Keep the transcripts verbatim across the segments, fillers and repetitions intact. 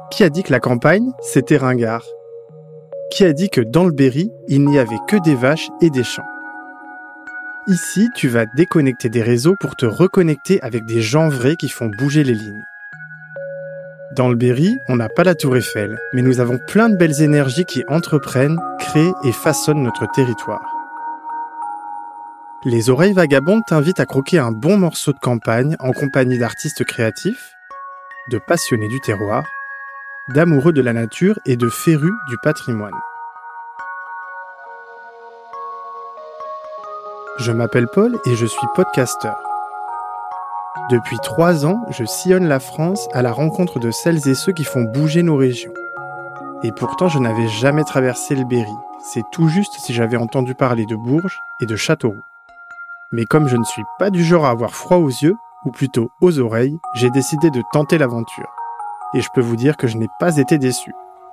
Qui a dit que la campagne, c'était ringard ? Qui a dit que dans le Berry, il n'y avait que des vaches et des champs ? Ici, tu vas déconnecter des réseaux pour te reconnecter avec des gens vrais qui font bouger les lignes. Dans le Berry, on n'a pas la Tour Eiffel, mais nous avons plein de belles énergies qui entreprennent, créent et façonnent notre territoire. Les Oreilles Vagabondes t'invitent à croquer un bon morceau de campagne en compagnie d'artistes créatifs, de passionnés du terroir, d'amoureux de la nature et de férus du patrimoine. Je m'appelle Paul et je suis podcasteur. Depuis trois ans, je sillonne la France à la rencontre de celles et ceux qui font bouger nos régions. Et pourtant, je n'avais jamais traversé le Berry. C'est tout juste si j'avais entendu parler de Bourges et de Châteauroux. Mais comme je ne suis pas du genre à avoir froid aux yeux, ou plutôt aux oreilles, j'ai décidé de tenter l'aventure. Et je peux vous dire que je n'ai pas été déçu.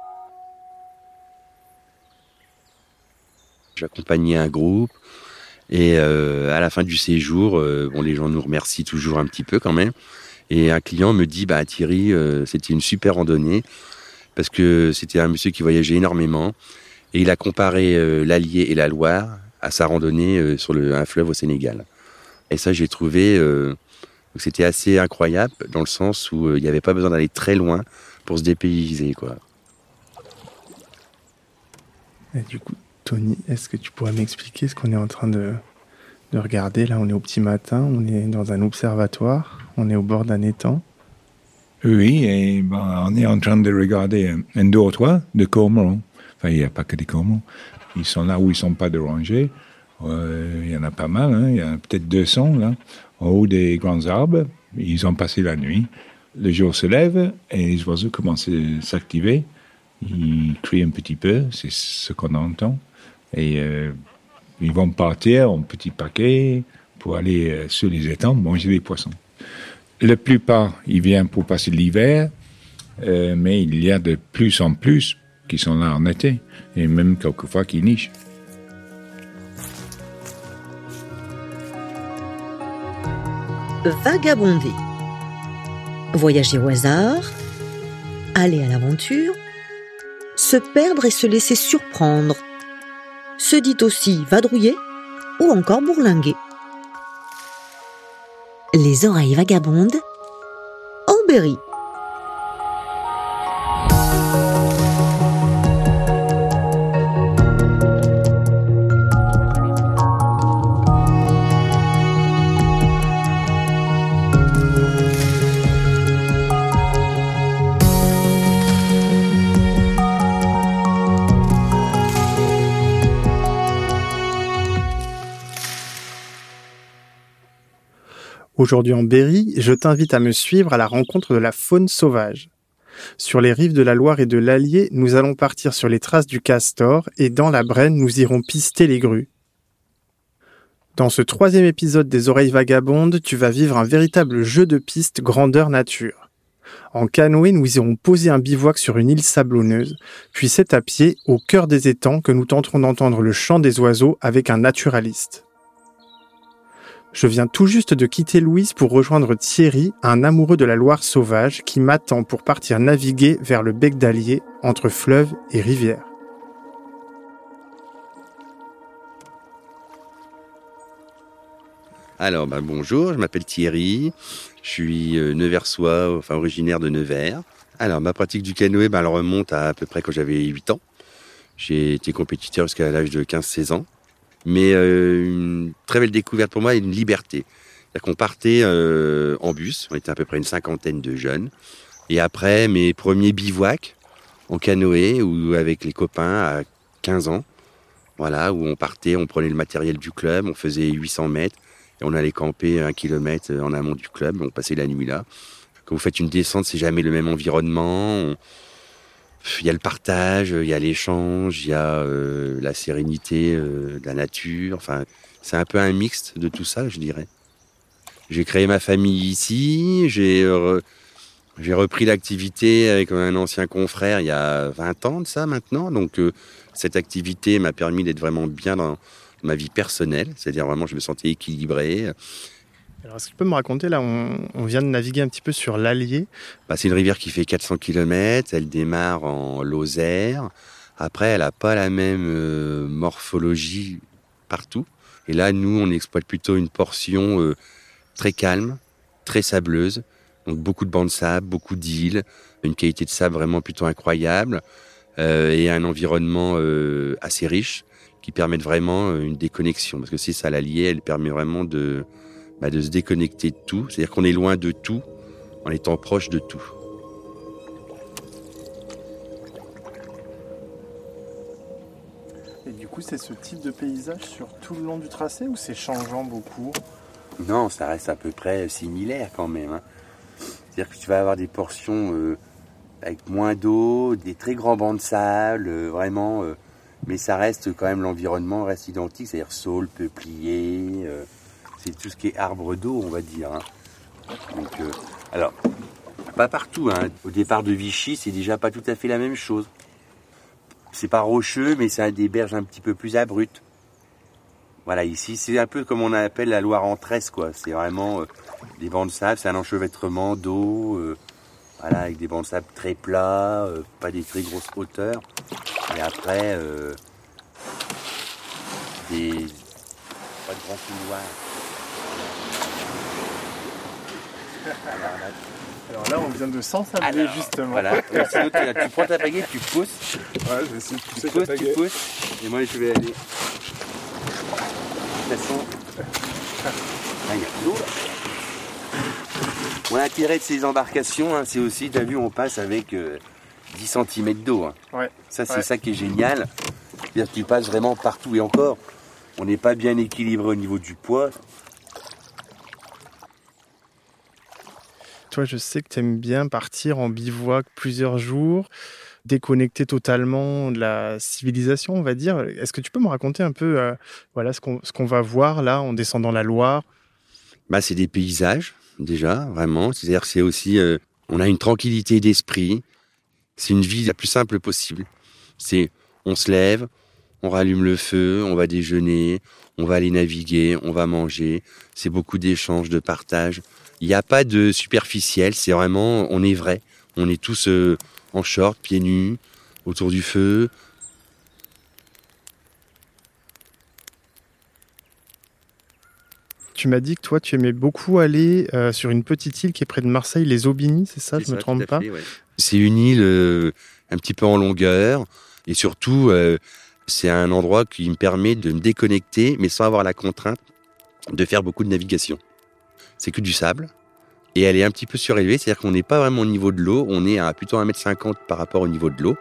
J'accompagnais un groupe et euh, à la fin du séjour, euh, bon, les gens nous remercient toujours un petit peu quand même. Et un client me dit, bah Thierry, euh, c'était une super randonnée parce que c'était un monsieur qui voyageait énormément et il a comparé euh, l'Allier et la Loire à sa randonnée euh, sur le, un fleuve au Sénégal. Et ça, j'ai trouvé euh, que c'était assez incroyable dans le sens où il euh, n'y avait pas besoin d'aller très loin pour se dépayser, quoi. Et du coup, Tony, est-ce que tu pourrais m'expliquer ce qu'on est en train de, de regarder ? Là, on est au petit matin, on est dans un observatoire, on est au bord d'un étang. Oui, et ben, on est en train de regarder un, un dortoir de cormorans. Enfin, il n'y a pas que des cormorans. Ils sont là où ils ne sont pas dérangés. Euh, il y en a pas mal, hein. Il y en a peut-être deux cents là, en haut des grands arbres. Ils ont passé la nuit. Le jour se lève et les oiseaux commencent à s'activer. Ils crient un petit peu, c'est ce qu'on entend. Et euh, ils vont partir en petits paquets pour aller euh, sur les étangs manger des poissons. La plupart, ils viennent pour passer l'hiver, euh, mais il y a de plus en plus qui sont là en été, et même quelquefois qui nichent. Vagabonder. Voyager au hasard, aller à l'aventure, se perdre et se laisser surprendre. Se dit aussi vadrouiller ou encore bourlinguer. Les Oreilles Vagabondes au Berry. Aujourd'hui en Berry, je t'invite à me suivre à la rencontre de la faune sauvage. Sur les rives de la Loire et de l'Allier, nous allons partir sur les traces du castor et dans la Brenne, nous irons pister les grues. Dans ce troisième épisode des Oreilles Vagabondes, tu vas vivre un véritable jeu de piste grandeur nature. En canoë, nous irons poser un bivouac sur une île sablonneuse, puis c'est à pied, au cœur des étangs, que nous tenterons d'entendre le chant des oiseaux avec un naturaliste. Je viens tout juste de quitter Louise pour rejoindre Thierry, un amoureux de la Loire sauvage qui m'attend pour partir naviguer vers le bec d'Allier, entre fleuve et rivière. Alors, bah, bonjour, je m'appelle Thierry, je suis euh, Neversois, enfin originaire de Nevers. Alors, ma pratique du canoë, bah, elle remonte à à peu près quand j'avais huit ans. J'ai été compétiteur jusqu'à l'âge de quinze seize ans. Mais euh, une très belle découverte pour moi et une liberté. C'est-à-dire qu'on partait euh, en bus, on était à peu près une cinquantaine de jeunes. Et après, mes premiers bivouacs en canoë ou avec les copains à quinze ans, voilà, où on partait, on prenait le matériel du club, on faisait huit cents mètres et on allait camper un kilomètre en amont du club, on passait la nuit là. Quand vous faites une descente, c'est jamais le même environnement. On... Il y a le partage, il y a l'échange, il y a euh, la sérénité euh, de la nature. Enfin, c'est un peu un mixte de tout ça, je dirais. J'ai créé ma famille ici, j'ai, euh, j'ai repris l'activité avec un ancien confrère il y a vingt ans de ça maintenant. Donc, euh, cette activité m'a permis d'être vraiment bien dans ma vie personnelle. C'est-à-dire vraiment, je me sentais équilibré. Alors, est-ce que tu peux me raconter, là, on, on vient de naviguer un petit peu sur l'Allier. Bah, c'est une rivière qui fait quatre cents kilomètres, elle démarre en Lozère. Après, elle n'a pas la même euh, morphologie partout. Et là, nous, on exploite plutôt une portion euh, très calme, très sableuse. Donc beaucoup de bancs de sable, beaucoup d'îles, une qualité de sable vraiment plutôt incroyable euh, et un environnement euh, assez riche qui permet vraiment euh, une déconnexion. Parce que c'est ça, l'Allier, elle permet vraiment de, bah, de se déconnecter de tout. C'est-à-dire qu'on est loin de tout en étant proche de tout. Et du coup, c'est ce type de paysage sur tout le long du tracé ou c'est changeant beaucoup ? Non, ça reste à peu près similaire quand même, hein. C'est-à-dire que tu vas avoir des portions euh, avec moins d'eau, des très grands bancs de sable, euh, vraiment, euh, mais ça reste quand même, l'environnement reste identique, c'est-à-dire saules, peupliers, euh, c'est tout ce qui est arbre d'eau, on va dire. Hein. Donc, euh, alors, pas partout, hein. Au départ de Vichy, c'est déjà pas tout à fait la même chose. C'est pas rocheux, mais ça a des berges un petit peu plus abruptes. Voilà, ici, c'est un peu comme on appelle la Loire en tresse, quoi. C'est vraiment euh, des bancs de sable, c'est un enchevêtrement d'eau, euh, voilà, avec des bancs de sable très plats, euh, pas des très grosses hauteurs. Et après, euh, des pas de grands couloirs. Alors là, on vient de s'ensabler, Alors, justement. Voilà, sinon, tu, tu prends ta pagaie, tu pousses, Ouais, je vais essayer de tu pousser ta pousses, tu pagaie. pousses, et moi je vais aller. De toute façon, là, il y a de l'eau là. Bon, l'intérêt de ces embarcations, hein, c'est aussi, tu as vu, on passe avec euh, dix centimètres d'eau. Hein. Ouais. Ça, c'est Ouais. ça qui est génial. C'est-à-dire que tu passes vraiment partout. Et encore, on n'est pas bien équilibré au niveau du poids. Toi, je sais que tu aimes bien partir en bivouac plusieurs jours, déconnecter totalement de la civilisation, on va dire. Est-ce que tu peux me raconter un peu euh, voilà, ce qu'on, ce qu'on va voir là en descendant la Loire ? Bah, c'est des paysages, déjà, vraiment. C'est-à-dire que c'est aussi, euh, on a une tranquillité d'esprit. C'est une vie la plus simple possible. C'est, on se lève, on rallume le feu, on va déjeuner, on va aller naviguer, on va manger. C'est beaucoup d'échanges, de partage. Il n'y a pas de superficiel, c'est vraiment, on est vrai. On est tous euh, en short, pieds nus, autour du feu. Tu m'as dit que toi, tu aimais beaucoup aller euh, sur une petite île qui est près de Marseille, les Aubigny, c'est ça, C'est je ne me ça, trompe tout à pas fait, ouais. C'est une île euh, un petit peu en longueur et surtout, euh, c'est un endroit qui me permet de me déconnecter, mais sans avoir la contrainte de faire beaucoup de navigation. C'est que du sable et elle est un petit peu surélevée, c'est-à-dire qu'on n'est pas vraiment au niveau de l'eau, on est à plutôt un mètre cinquante par rapport au niveau de l'eau.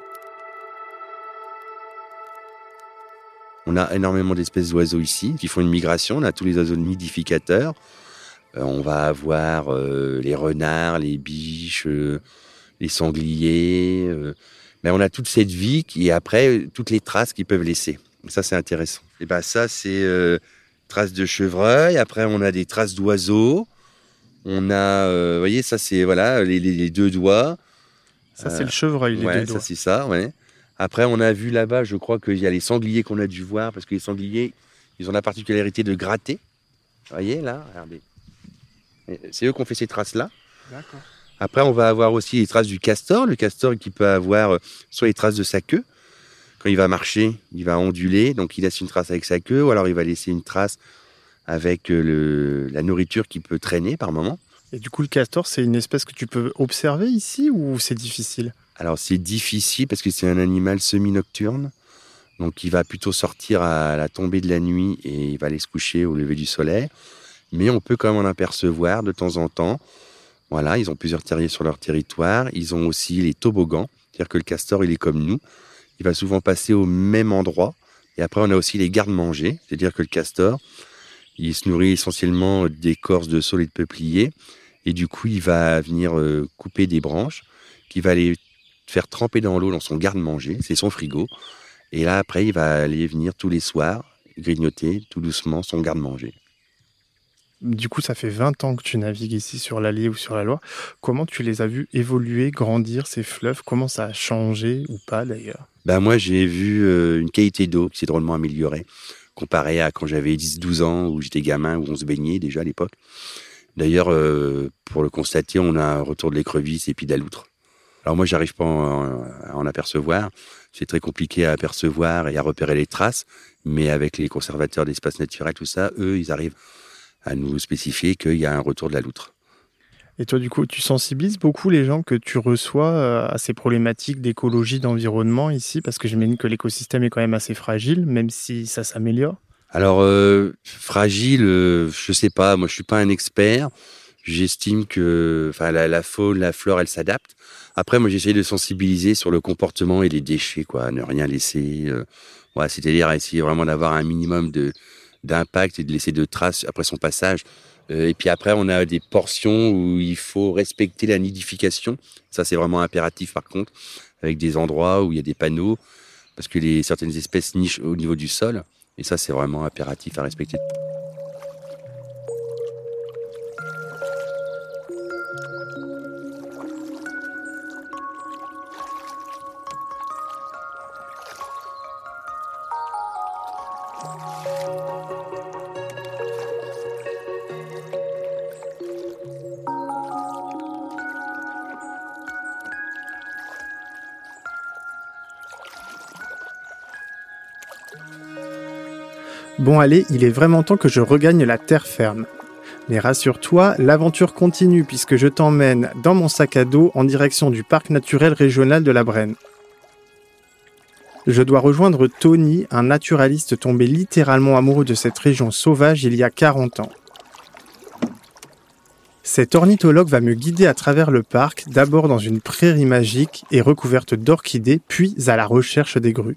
On a énormément d'espèces d'oiseaux ici qui font une migration. On a tous les oiseaux nidificateurs. Euh, on va avoir euh, les renards, les biches, euh, les sangliers. Euh, mais on a toute cette vie qui, et après, toutes les traces qu'ils peuvent laisser. Ça, c'est intéressant. Et ben ça, c'est euh, traces de chevreuil. Après, on a des traces d'oiseaux. On a, euh, vous voyez, ça, c'est voilà les, les, les deux doigts. Ça, c'est le chevreuil, les ouais, deux doigts. ça, c'est ça, ouais. Après, on a vu là-bas, je crois qu'il y a les sangliers qu'on a dû voir, parce que les sangliers, ils ont la particularité de gratter. Vous voyez, là, regardez. C'est eux qui ont fait ces traces-là. D'accord. Après, on va avoir aussi les traces du castor. Le castor qui peut avoir soit les traces de sa queue. Quand il va marcher, il va onduler, donc il laisse une trace avec sa queue, ou alors il va laisser une trace avec le, la nourriture qui peut traîner par moment. Et du coup, le castor, c'est une espèce que tu peux observer ici ou c'est difficile ? Alors, c'est difficile parce que c'est un animal semi-nocturne. Donc, il va plutôt sortir à la tombée de la nuit et il va aller se coucher au lever du soleil. Mais on peut quand même en apercevoir de temps en temps. Voilà, ils ont plusieurs terriers sur leur territoire. Ils ont aussi les toboggans. C'est-à-dire que le castor, il est comme nous. Il va souvent passer au même endroit. Et après, on a aussi les gardes-manger. C'est-à-dire que le castor, il se nourrit essentiellement d'écorces de saule et de peuplier. Et du coup, il va venir euh, couper des branches qu'il va aller faire tremper dans l'eau dans son garde-manger. C'est son frigo. Et là, après, il va aller venir tous les soirs grignoter tout doucement son garde-manger. Du coup, ça fait vingt ans que tu navigues ici sur l'Allier ou sur la Loire. Comment tu les as vus évoluer, grandir, ces fleuves ? Comment ça a changé ou pas d'ailleurs ? Ben moi, j'ai vu euh, une qualité d'eau qui s'est drôlement améliorée, comparée à quand j'avais dix douze ans, où j'étais gamin, où on se baignait déjà à l'époque. D'ailleurs, euh, pour le constater, on a un retour de l'écrevisse et puis de la loutre. Alors moi, j'arrive pas à en, à en apercevoir. C'est très compliqué à apercevoir et à repérer les traces. Mais avec les conservateurs d'espaces naturels, tout ça, eux, ils arrivent à nous spécifier qu'il y a un retour de la loutre. Et toi, du coup, tu sensibilises beaucoup les gens que tu reçois à ces problématiques d'écologie, d'environnement ici, parce que j'imagine que l'écosystème est quand même assez fragile, même si ça s'améliore. Alors, euh, fragile, euh, je sais pas. Moi, je suis pas un expert. J'estime que, enfin, la, la faune, la flore, elle s'adapte. Après, moi, j'essaye de sensibiliser sur le comportement et les déchets, quoi. Ne rien laisser. Euh, ouais, c'est-à-dire essayer vraiment d'avoir un minimum de d'impact et de laisser de traces après son passage. Euh, et puis après, on a des portions où il faut respecter la nidification. Ça, c'est vraiment impératif, par contre, avec des endroits où il y a des panneaux, parce que les certaines espèces nichent au niveau du sol. Et ça, c'est vraiment impératif à respecter. Bon allez, il est vraiment temps que je regagne la terre ferme. Mais rassure-toi, l'aventure continue puisque je t'emmène dans mon sac à dos en direction du parc naturel régional de la Brenne. Je dois rejoindre Tony, un naturaliste tombé littéralement amoureux de cette région sauvage il y a quarante ans. Cet ornithologue va me guider à travers le parc, d'abord dans une prairie magique et recouverte d'orchidées, puis à la recherche des grues.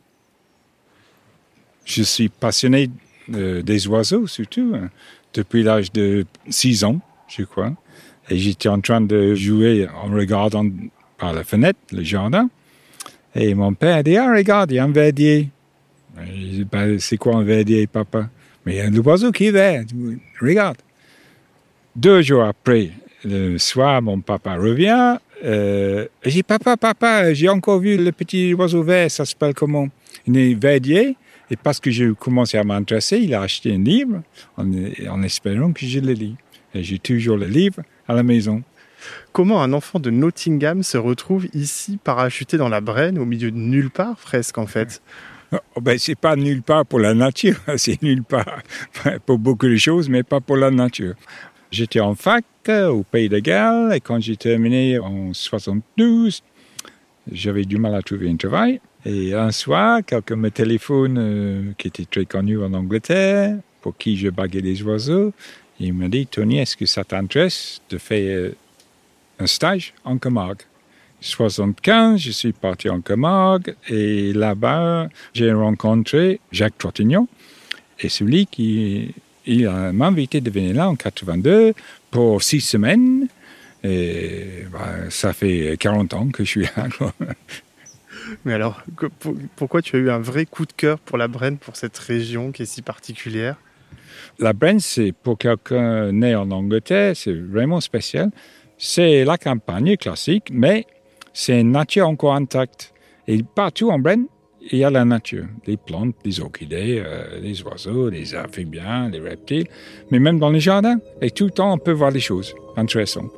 Je suis passionné euh, des oiseaux, surtout, hein, depuis l'âge de six ans, je crois. Et j'étais en train de jouer en regardant par la fenêtre le jardin. Et mon père a dit, ah, regarde, il y a un verdier. Et je dis, ben, c'est quoi un verdier, papa? Mais il y a un oiseau qui est vert. Regarde. Deux jours après, le soir, mon papa revient. Euh, et j'ai dit, papa, papa, j'ai encore vu le petit oiseau vert, ça s'appelle comment? Il est verdier. Et parce que j'ai commencé à m'intéresser, il a acheté un livre en, en espérant que je le lis. Et j'ai toujours le livre à la maison. Comment un enfant de Nottingham se retrouve ici, parachuté dans la Brenne, au milieu de nulle part, presque, en fait? Oh ben, c'est pas nulle part pour la nature, c'est nulle part pour beaucoup de choses, mais pas pour la nature. J'étais en fac au Pays de Galles, et quand j'ai terminé en soixante-douze, j'avais du mal à trouver un travail. Et un soir, quelqu'un me téléphone, euh, qui était très connu en Angleterre, pour qui je baguais les oiseaux. Il m'a dit, Tony, est-ce que ça t'intéresse de faire euh, un stage en Camargue? soixante-quinze, je suis parti en Camargue et là-bas, j'ai rencontré Jacques Trottignon. Et celui qui il m'a invité de venir là en quatre-vingt-deux pour six semaines. Et bah, ça fait quarante ans que je suis là. Mais alors, pourquoi tu as eu un vrai coup de cœur pour la Brenne, pour cette région qui est si particulière? La Brenne, c'est pour quelqu'un né en Angleterre, c'est vraiment spécial. C'est la campagne classique, mais c'est une nature encore intacte. Et partout en Brenne, il y a la nature. Les plantes, les orchidées, euh, les oiseaux, les amphibiens, les reptiles. Mais même dans les jardins. Et tout le temps, on peut voir des choses intéressantes.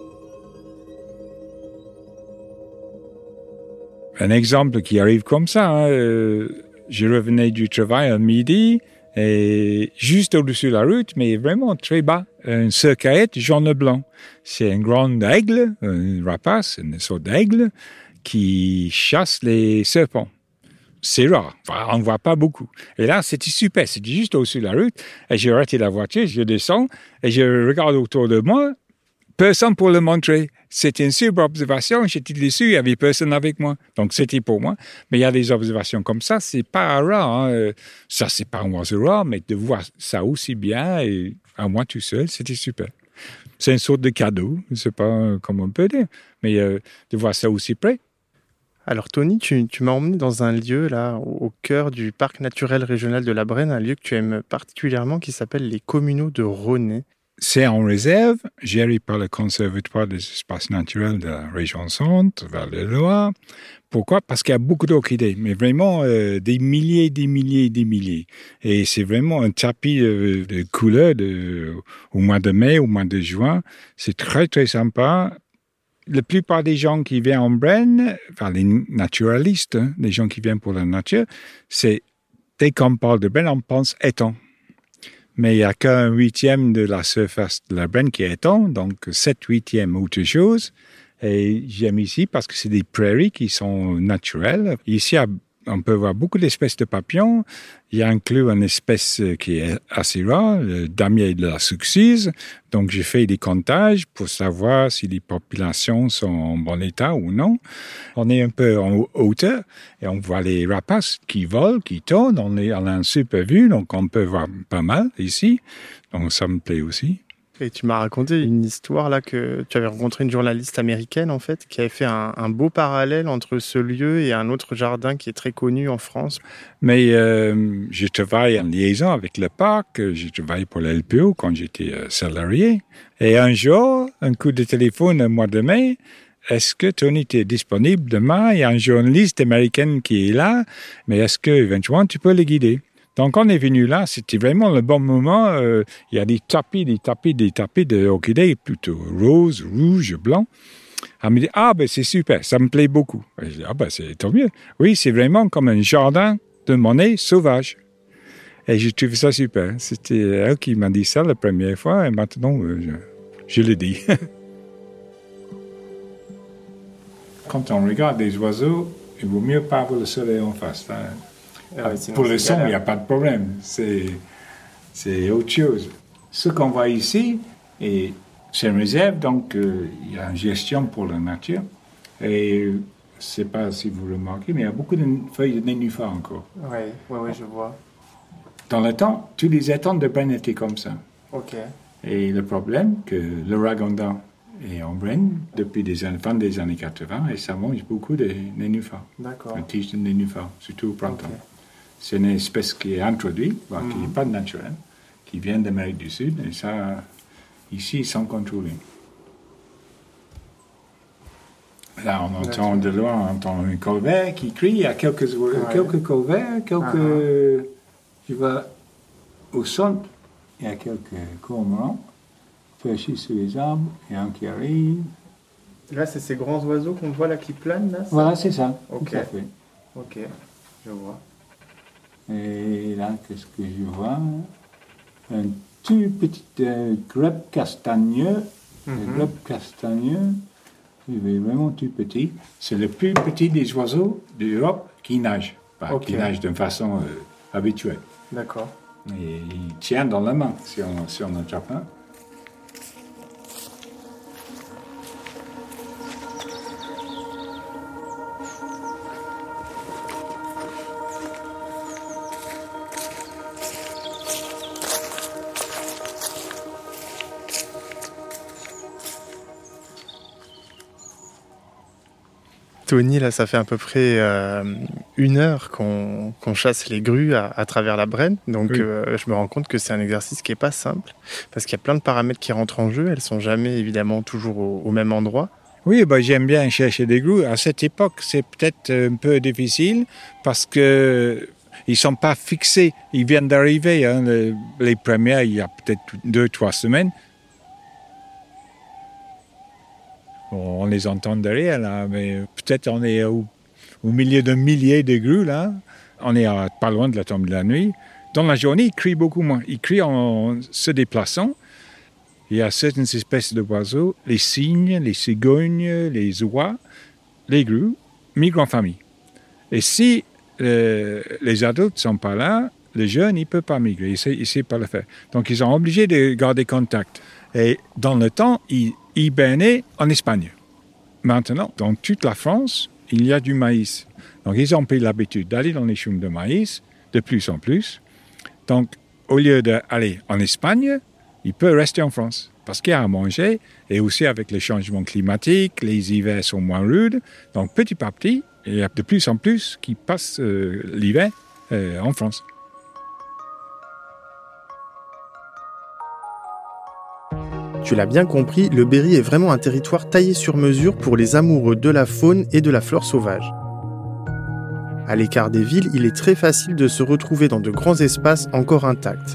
Un exemple qui arrive comme ça, hein, euh, je revenais du travail à midi et juste au-dessus de la route, mais vraiment très bas, une cercaillette jaune blanc. C'est un grand aigle, un rapace, une sorte d'aigle qui chasse les serpents. C'est rare, enfin, on ne voit pas beaucoup. Et là, c'était super, c'était juste au-dessus de la route. Et j'ai arrêté la voiture, je descends et je regarde autour de moi. Personne pour le montrer. C'était une super observation. J'étais dessus, il n'y avait personne avec moi. Donc, c'était pour moi. Mais il y a des observations comme ça, c'est pas rare. Hein. Ça, c'est pas un oiseau rare, mais de voir ça aussi bien et à moi tout seul, c'était super. C'est une sorte de cadeau, je ne sais pas comment on peut dire, mais euh, de voir ça aussi près. Alors, Tony, tu, tu m'as emmené dans un lieu, là, au, au cœur du parc naturel régional de la Brenne, un lieu que tu aimes particulièrement qui s'appelle les Communaux de Ronay. C'est en réserve, géré par le Conservatoire des espaces naturels de la région Centre, Val-de-Loire. Pourquoi? Parce qu'il y a beaucoup d'orchidées, mais vraiment euh, des milliers, des milliers, des milliers. Et c'est vraiment un tapis de, de couleurs de, au mois de mai, au mois de juin. C'est très, très sympa. La plupart des gens qui viennent en Brenne, enfin les naturalistes, hein, les gens qui viennent pour la nature, c'est dès qu'on parle de Brenne, on pense étang. Mais il n'y a qu'un huitième de la surface de la Brenne qui est étang, donc sept huitièmes autre chose. Et j'aime ici parce que c'est des prairies qui sont naturelles. Ici, on peut voir beaucoup d'espèces de papillons. Il y a inclus une espèce qui est assez rare, le damier de la Suxuse. Donc, j'ai fait des comptages pour savoir si les populations sont en bon état ou non. On est un peu en hauteur et on voit les rapaces qui volent, qui tournent. On, est, on a un super vue, donc on peut voir pas mal ici. Donc, ça me plaît aussi. Et tu m'as raconté une histoire là que tu avais rencontré une journaliste américaine en fait qui avait fait un, un beau parallèle entre ce lieu et un autre jardin qui est très connu en France. Mais euh, je travaille en liaison avec le parc, je travaille pour l'L P O quand j'étais euh, salarié. Et un jour, un coup de téléphone au mois de mai, est-ce que Tony est disponible demain? Il y a un journaliste américain qui est là, mais est-ce que éventuellement tu peux le guider? Donc, on est venu là, c'était vraiment le bon moment. Euh, il y a des tapis, des tapis, des tapis d'orchidées, plutôt roses, rouges, blancs. Elle me dit, ah, ben c'est super, ça me plaît beaucoup. Et je dis, ah, ben c'est tant mieux. Oui, c'est vraiment comme un jardin de monnaie sauvage. Et je trouve ça super. C'était elle qui m'a dit ça la première fois, et maintenant, euh, je, je le dis. Quand on regarde des oiseaux, il vaut mieux pas avoir le soleil en face. Hein. Ah, pour le son, il n'y a pas de problème. C'est, c'est autre chose. Ce qu'on voit ici, et c'est une réserve, donc euh, il y a une gestion pour la nature. Et je ne sais pas si vous remarquez, mais il y a beaucoup de feuilles de nénuphar encore. Oui, ouais, ouais, je vois. Dans le temps, tous les étangs de Brenne étaient comme ça. Ok. Et le problème, que l'ouragan est en Brenne depuis les années, fin des années quatre-vingts, et ça mange beaucoup de nénuphars. D'accord. Un tige de nénuphar, surtout au printemps. Okay. C'est une espèce qui est introduite, bah, mmh. qui n'est pas naturelle, qui vient d'Amérique du Sud, et ça, ici, ils sont contrôlés. Là, on entend de loin, on entend un colvert qui crie, il y a quelques, ouais. quelques colverts, quelques... Uh-huh. Tu vas au centre, il y a quelques cormorans, perchés sur les arbres, il y a un qui arrive. Là, c'est ces grands oiseaux qu'on voit là qui planent, là ça? Voilà, c'est ça, okay. Tout à fait. Ok, je vois. Et là, qu'est-ce que je vois? Un tout petit euh, grebe castagneux. Mm-hmm. Le grebe castagneux, il est vraiment tout petit. C'est le plus petit des oiseaux d'Europe qui nage. Enfin, okay. Qui nage d'une façon euh, habituelle. D'accord. Et il tient dans la main si on, si on attrape un. Tony, là, ça fait à peu près euh, une heure qu'on, qu'on chasse les grues à, à travers la Brenne. Donc, oui. euh, je me rends compte que c'est un exercice qui n'est pas simple parce qu'il y a plein de paramètres qui rentrent en jeu. Elles ne sont jamais, évidemment, toujours au, au même endroit. Oui, bah, j'aime bien chercher des grues. À cette époque, c'est peut-être un peu difficile parce que ils ne sont pas fixés. Ils viennent d'arriver. Hein, les, les premières, il y a peut-être deux, trois semaines. On les entend derrière, là, mais peut-être on est au, au milieu d'un millier de grues, là. On est à, pas loin de la tombe de la nuit. Dans la journée, ils crient beaucoup moins. Ils crient en se déplaçant. Il y a certaines espèces d'oiseaux, les cygnes, les cigognes, les oies, les grues, migrent en famille. Et si euh, les adultes ne sont pas là, les jeunes, ils ne peuvent pas migrer, ils ne savent pas le faire. Donc, ils sont obligés de garder contact. Et dans le temps, ils hibernaient en Espagne. Maintenant, dans toute la France, il y a du maïs. Donc, ils ont pris l'habitude d'aller dans les chômes de maïs de plus en plus. Donc, au lieu d'aller en Espagne, ils peuvent rester en France parce qu'il y a à manger. Et aussi, avec le changement climatique, les hivers sont moins rudes. Donc, petit à petit, il y a de plus en plus qui passent euh, l'hiver euh, en France. Tu l'as bien compris, le Berry est vraiment un territoire taillé sur mesure pour les amoureux de la faune et de la flore sauvage. À l'écart des villes, il est très facile de se retrouver dans de grands espaces encore intacts.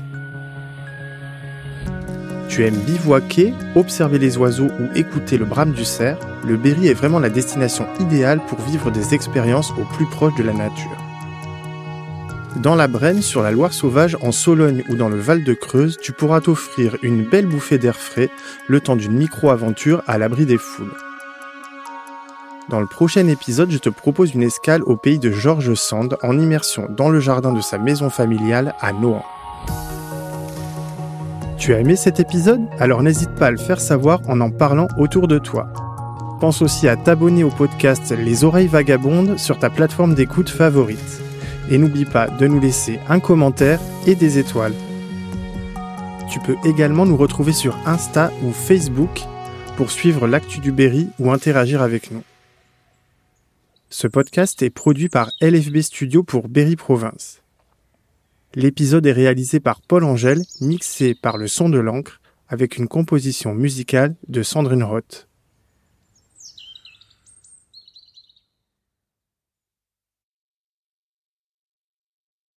Tu aimes bivouaquer, observer les oiseaux ou écouter le brame du cerf, le Berry est vraiment la destination idéale pour vivre des expériences au plus proche de la nature. Dans la Brenne, sur la Loire sauvage, en Sologne ou dans le Val de Creuse, tu pourras t'offrir une belle bouffée d'air frais, le temps d'une micro-aventure à l'abri des foules. Dans le prochain épisode, je te propose une escale au pays de George Sand en immersion dans le jardin de sa maison familiale à Nohant. Tu as aimé cet épisode ? Alors n'hésite pas à le faire savoir en en parlant autour de toi. Pense aussi à t'abonner au podcast Les Oreilles Vagabondes sur ta plateforme d'écoute favorite. Et n'oublie pas de nous laisser un commentaire et des étoiles. Tu peux également nous retrouver sur Insta ou Facebook pour suivre l'actu du Berry ou interagir avec nous. Ce podcast est produit par L F B Studio pour Berry Province. L'épisode est réalisé par Paul Angèle, mixé par Le Son de l'Ancre, avec une composition musicale de Sandrine Roth.